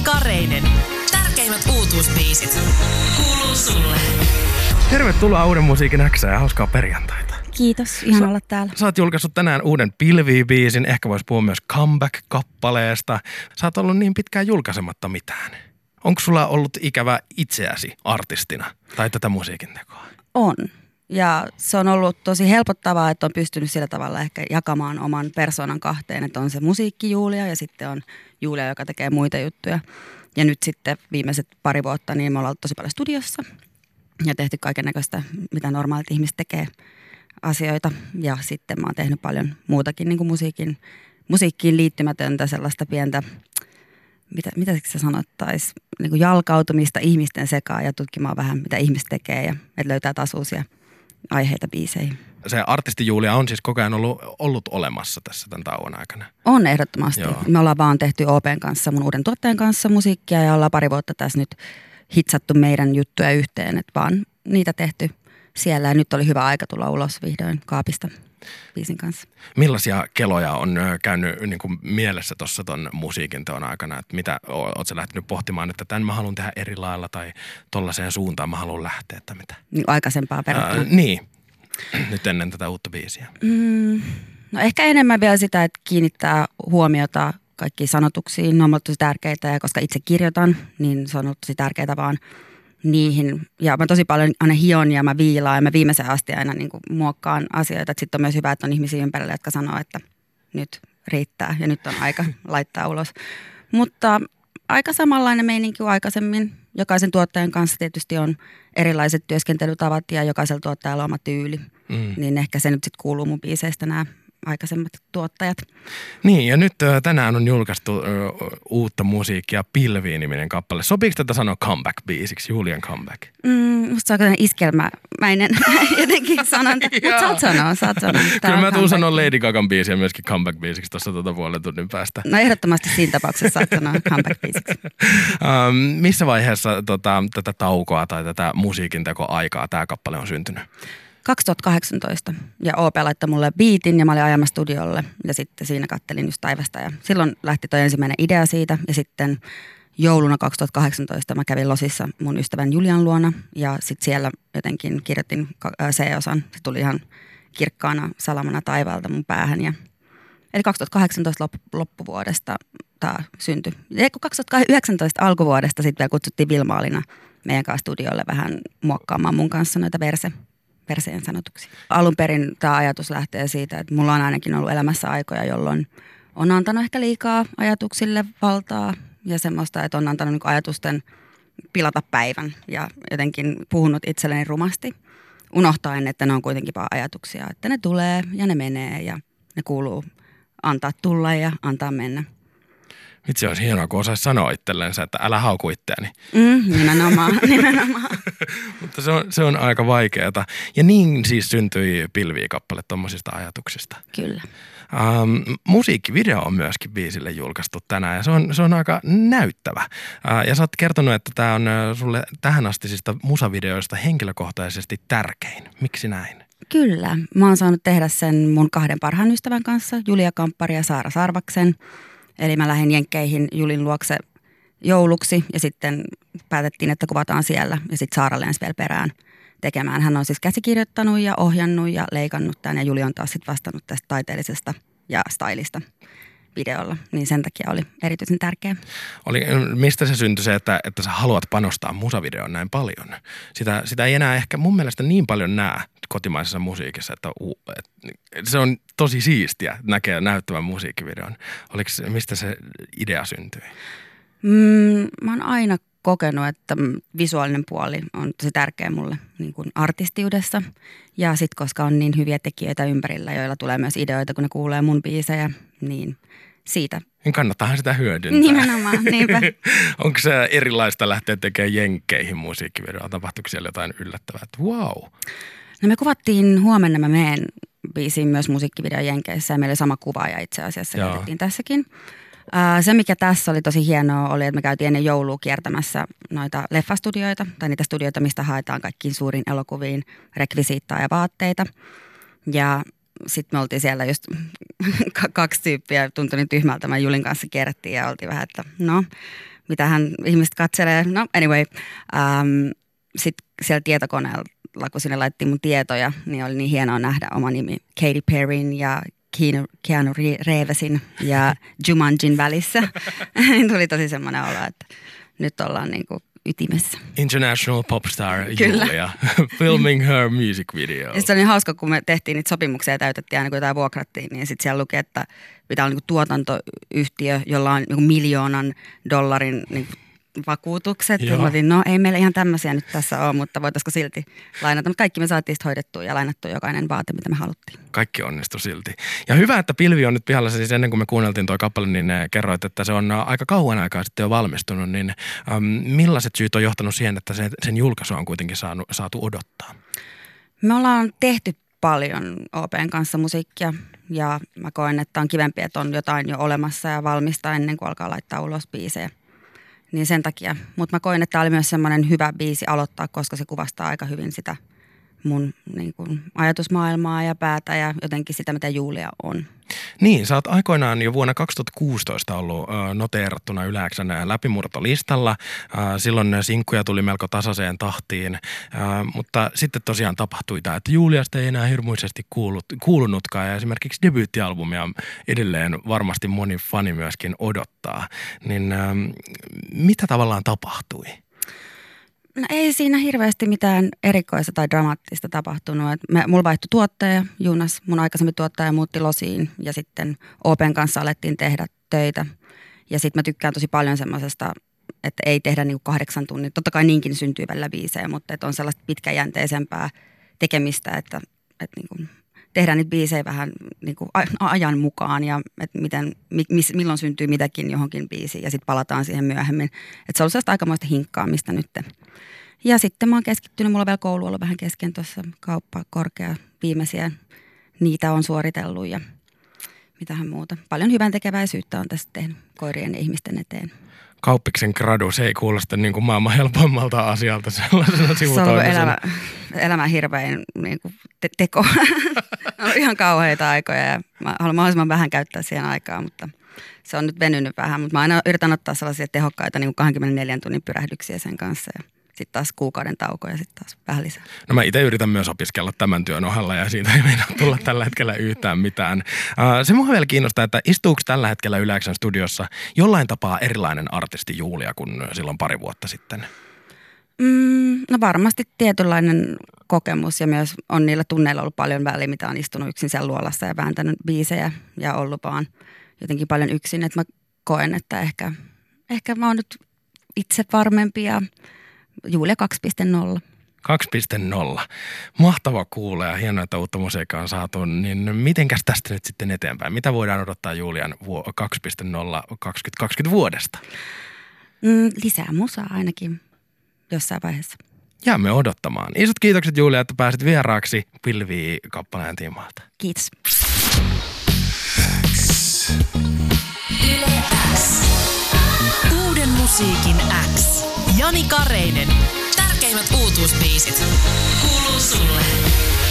Kareinen. Tärkeimmät uutuusbiisit. Kuuluu sulle. Tervetuloa Uuden musiikin X:ään ja hauskaa perjantaita. Kiitos, ihan olla täällä. Sä oot julkaissut tänään uuden Pilvi-biisin, ehkä vois puhua myös Comeback-kappaleesta. Sä oot ollut niin pitkään julkaisematta mitään. Onko sulla ollut ikävä itseäsi artistina tai tätä musiikin tekoa? On. Ja se on ollut tosi helpottavaa, että on pystynyt sillä tavalla ehkä jakamaan oman persoonan kahteen. Että on se musiikki Julia ja sitten on Julia, joka tekee muita juttuja. Ja nyt sitten viimeiset pari vuotta niin me ollaan ollut tosi paljon studiossa ja tehty kaikennäköistä, mitä normaalit ihmiset tekee asioita. Ja sitten mä oon tehnyt paljon muutakin niin kuin musiikkiin liittymätöntä sellaista pientä, mitä se sanottaisi, niin kuin jalkautumista ihmisten sekaan ja tutkimaan vähän, mitä ihmiset tekee ja että löytää taas uusia aiheita biiseihin. Se artisti Julia on siis koko ajan ollut olemassa tässä tämän tauon aikana. On ehdottomasti. Joo. Me ollaan vaan tehty OPn kanssa, mun uuden tuottajan kanssa musiikkia ja ollaan pari vuotta tässä nyt hitsattu meidän juttuja yhteen, että vaan niitä tehty siellä ja nyt oli hyvä aika tulla ulos vihdoin kaapista biisin kanssa. Millaisia keloja on käynyt niin kuin mielessä tuossa ton musiikin teon aikana? Että mitä oot sä lähtenyt pohtimaan, että tämän mä haluan tehdä eri lailla tai tollaiseen suuntaan mä haluan lähteä, että mitä? Niin aikaisempaa verrattuna. Niin, nyt ennen tätä uutta biisiä. No ehkä enemmän vielä sitä, että kiinnittää huomiota kaikkiin sanotuksiin. Ne on ollut tosi tärkeitä ja koska itse kirjoitan, niin se on ollut tosi tärkeää vaan niihin. Ja mä tosi paljon aina hion ja mä viilaan ja mä viimeisen asti aina niin kuin muokkaan asioita. Sitten on myös hyvä, että on ihmisiä ympärillä, jotka sanoo, että nyt riittää ja nyt on aika laittaa ulos. Mutta aika samanlainen meininki kuin aikaisemmin. Jokaisen tuottajan kanssa tietysti on erilaiset työskentelytavat ja jokaisella tuottajalla on oma tyyli. Niin ehkä se nyt sitten kuuluu mun biiseistä nämä aikaisemmat tuottajat. Niin, ja nyt tänään on julkaistu uutta musiikkia Pilviin-niminen kappale. Sopiiko tätä sanoa comeback-biisiksi, Julian comeback? Musta se on sellainen iskelmämäinen jotenkin sanonta, mutta saat sanoa. Kyllä mä tuun sanoa Lady Gagan biisiä myöskin comeback-biisiksi tuossa puolen tunnin päästä. No ehdottomasti siinä tapauksessa saat sanoa comeback-biisiksi. Missä vaiheessa tätä taukoa tai tätä musiikin tekoaikaa tämä kappale on syntynyt? 2018 ja OP laittoi mulle biitin ja mä olin ajamassa studiolle ja sitten siinä kattelin just taivasta ja silloin lähti toi ensimmäinen idea siitä ja sitten jouluna 2018 mä kävin Losissa mun ystävän Julian luona ja sitten siellä jotenkin kirjoitin C-osan, se tuli ihan kirkkaana salamana taivaalta mun päähän eli 2018 loppuvuodesta tämä syntyi. Ja 2019 alkuvuodesta sitten vielä kutsuttiin Vilma-Alina meidän kanssa studiolle vähän muokkaamaan mun kanssa noita verseen sanotuksia. Alun perin tämä ajatus lähtee siitä, että mulla on ainakin ollut elämässä aikoja, jolloin on antanut ehkä liikaa ajatuksille valtaa ja semmoista, että on antanut niin ajatusten pilata päivän ja jotenkin puhunut itselleni rumasti, unohtaen, että ne on kuitenkin vaan ajatuksia, että ne tulee ja ne menee ja ne kuuluu antaa tulla ja antaa mennä. Vitsi, olisi hienoa, kun osaisi sanoa itsellensä, että älä hauku itseäni. Nimenomaan. Mutta se on aika vaikeaa. Ja niin siis syntyi Pilviä-kappale tuommoisista ajatuksista. Kyllä. Musiikkivideo on myöskin biisille julkaistu tänään ja se on aika näyttävä. Ja sä oot kertonut, että tämä on sulle tähänastisista musavideoista henkilökohtaisesti tärkein. Miksi näin? Kyllä. Mä oon saanut tehdä sen mun kahden parhaan ystävän kanssa, Julia Kamppari ja Saara Sarvaksen. Eli mä lähdin Jenkkeihin Julin luokse jouluksi ja sitten päätettiin, että kuvataan siellä ja sitten Saara lensi vielä perään tekemään. Hän on siis käsikirjoittanut ja ohjannut ja leikannut tämän ja Juli on taas sitten vastannut tästä taiteellisesta ja stylista videolla. Niin sen takia oli erityisen tärkeä. Mistä se syntyi se, että sä haluat panostaa musavideoon näin paljon? Sitä ei enää ehkä mun mielestä niin paljon näe kotimaisessa musiikissa, että se on tosi siistiä näkee näyttävän musiikkivideon. Mistä se idea syntyi? Mä oon aina kokenut, että visuaalinen puoli on tosi tärkeä mulle niin kuin artistiudessa. Ja sitten koska on niin hyviä tekijöitä ympärillä, joilla tulee myös ideoita, kun ne kuulee mun biisejä, niin siitä. Niin kannattaahan sitä hyödyntää. Nimenomaan, niinpä. Onko se erilaista lähteä tekemään Jenkkeihin musiikkivideoa? Tapahtuiko siellä jotain yllättävää? Että wow. No me kuvattiin Huomenna mä meen biisiin myös musiikkivideo Jenkeissä ja meillä oli sama kuvaaja itse asiassa, käytettiin tässäkin. Se, mikä tässä oli tosi hienoa, oli, että me käytiin ennen joulua kiertämässä noita leffastudioita tai niitä studioita, mistä haetaan kaikkiin suuriin elokuviin rekvisiittaa ja vaatteita. Ja sitten me oltiin siellä just kaksi tyyppiä, tuntui niin tyhmältä. Mä Julin kanssa kierrettiin ja oltiin vähän, että no, mitä hän ihmiset katselee. No anyway, sitten siellä tietokoneella, kun sinne laitettiin mun tietoja, niin oli niin hienoa nähdä oma nimi Katy Perryn ja Keanu Reevesin ja Jumanjin välissä. Tuli tosi semmoinen olo, että nyt ollaan niinku ytimessä. International popstar Julia, filming her music video. Ja se oli hauska, kun me tehtiin niitä sopimuksia ja täytettiin aina, kun jotain vuokrattiin, niin sitten siellä luki, että pitää olla niinku tuotantoyhtiö, jolla on niinku $1,000,000 niinku vakuutukset. Ja mä olin, no ei meillä ihan tämmöisiä nyt tässä ole, mutta voitaisiko silti lainata. Mutta kaikki me saatiin sitten hoidettua ja lainattua jokainen vaate, mitä me haluttiin. Kaikki onnistui silti. Ja hyvä, että Pilvi on nyt pihalla. Siis ennen kuin me kuunneltiin toi kappale, niin kerroit, että se on aika kauan aikaa sitten jo valmistunut. Niin millaiset syyt on johtanut siihen, että sen julkaisu on kuitenkin saatu odottaa? Me ollaan tehty paljon OPn kanssa musiikkia ja mä koen, että on kivempi, että on jotain jo olemassa ja valmista ennen kuin alkaa laittaa ulos biisejä. Niin sen takia. Mutta mä koin, että tämä oli myös semmoinen hyvä biisi aloittaa, koska se kuvastaa aika hyvin sitä mun niin kuin ajatusmaailmaa ja päätä ja jotenkin sitä, mitä Julia on. Niin, sä oot aikoinaan jo vuonna 2016 ollut noteerattuna Yle X:n läpimurtolistalla. Silloin sinkkuja tuli melko tasaiseen tahtiin, mutta sitten tosiaan tapahtui tämä, että Juliasta ei enää hirmuisesti kuulunutkaan ja esimerkiksi debyyttialbumia edelleen varmasti moni fani myöskin odottaa. Niin mitä tavallaan tapahtui? No ei siinä hirveästi mitään erikoista tai dramaattista tapahtunut. Mulla vaihtui tuottaja, Jonas, mun aikaisemmin tuottaja muutti Losiin ja sitten OPen kanssa alettiin tehdä töitä. Ja sitten mä tykkään tosi paljon semmoisesta, että ei tehdä niinku 8 tunnin. Totta kai niinkin syntyy välillä biisejä, mutta että on sellaista pitkäjänteisempää tekemistä, että niinku tehdään niitä biisejä vähän niinku ajan mukaan ja että milloin syntyy mitäkin johonkin biisiin ja sitten palataan siihen myöhemmin. Että se on sellaista aikamoista hinkkaamista nyt. Ja sitten mä oon keskittynyt, mulla on vielä koulu ollut vähän kesken tuossa kauppakorkea viimeisiä. Niitä on suoritellut ja mitähän muuta. Paljon hyvän tekeväisyyttä on tässä tehnyt koirien ja ihmisten eteen. Kauppiksen gradu, se ei kuulosta niin kuin maailman helpommalta asialta sellaisena sivutoimisena. Se on elämän hirvein niin kuin teko. On ihan kauheita aikoja ja mä haluan mahdollisimman vähän käyttää siihen aikaa, mutta se on nyt venynyt vähän. Mutta mä aina yritän ottaa sellaisia tehokkaita niin kuin 24 tunnin pyrähdyksiä sen kanssa ja sitten taas kuukauden tauko ja sitten taas vähän lisää. No mä itse yritän myös opiskella tämän työn ohella ja siitä ei meinaa tulla tällä hetkellä yhtään mitään. Se mua vielä kiinnostaa, että istuuko tällä hetkellä Yle X:n studiossa jollain tapaa erilainen artisti Julia kuin silloin pari vuotta sitten? No varmasti tietynlainen kokemus ja myös on niillä tunneilla ollut paljon väliä, mitä on istunut yksin siellä luolassa ja vääntänyt biisejä ja ollut vaan jotenkin paljon yksin. Että mä koen, että ehkä mä oon nyt itse varmempi ja Julia 2.0. 2.0. Mahtava kuulla ja hienoa, että uutta musiikkaa on saatu. Niin mitenkäs tästä nyt sitten eteenpäin? Mitä voidaan odottaa Julian 2.0 2020 vuodesta? Lisää musaa ainakin jossain vaiheessa. Jäämme odottamaan. Isot kiitokset Julia, että pääsit vieraaksi Pilvi-kappaleen tiimoilta. Kiitos. Yle X. Uuden musiikin X. Jani Kareinen. Tärkeimmät uutuusbiisit. Kuuluu sulle.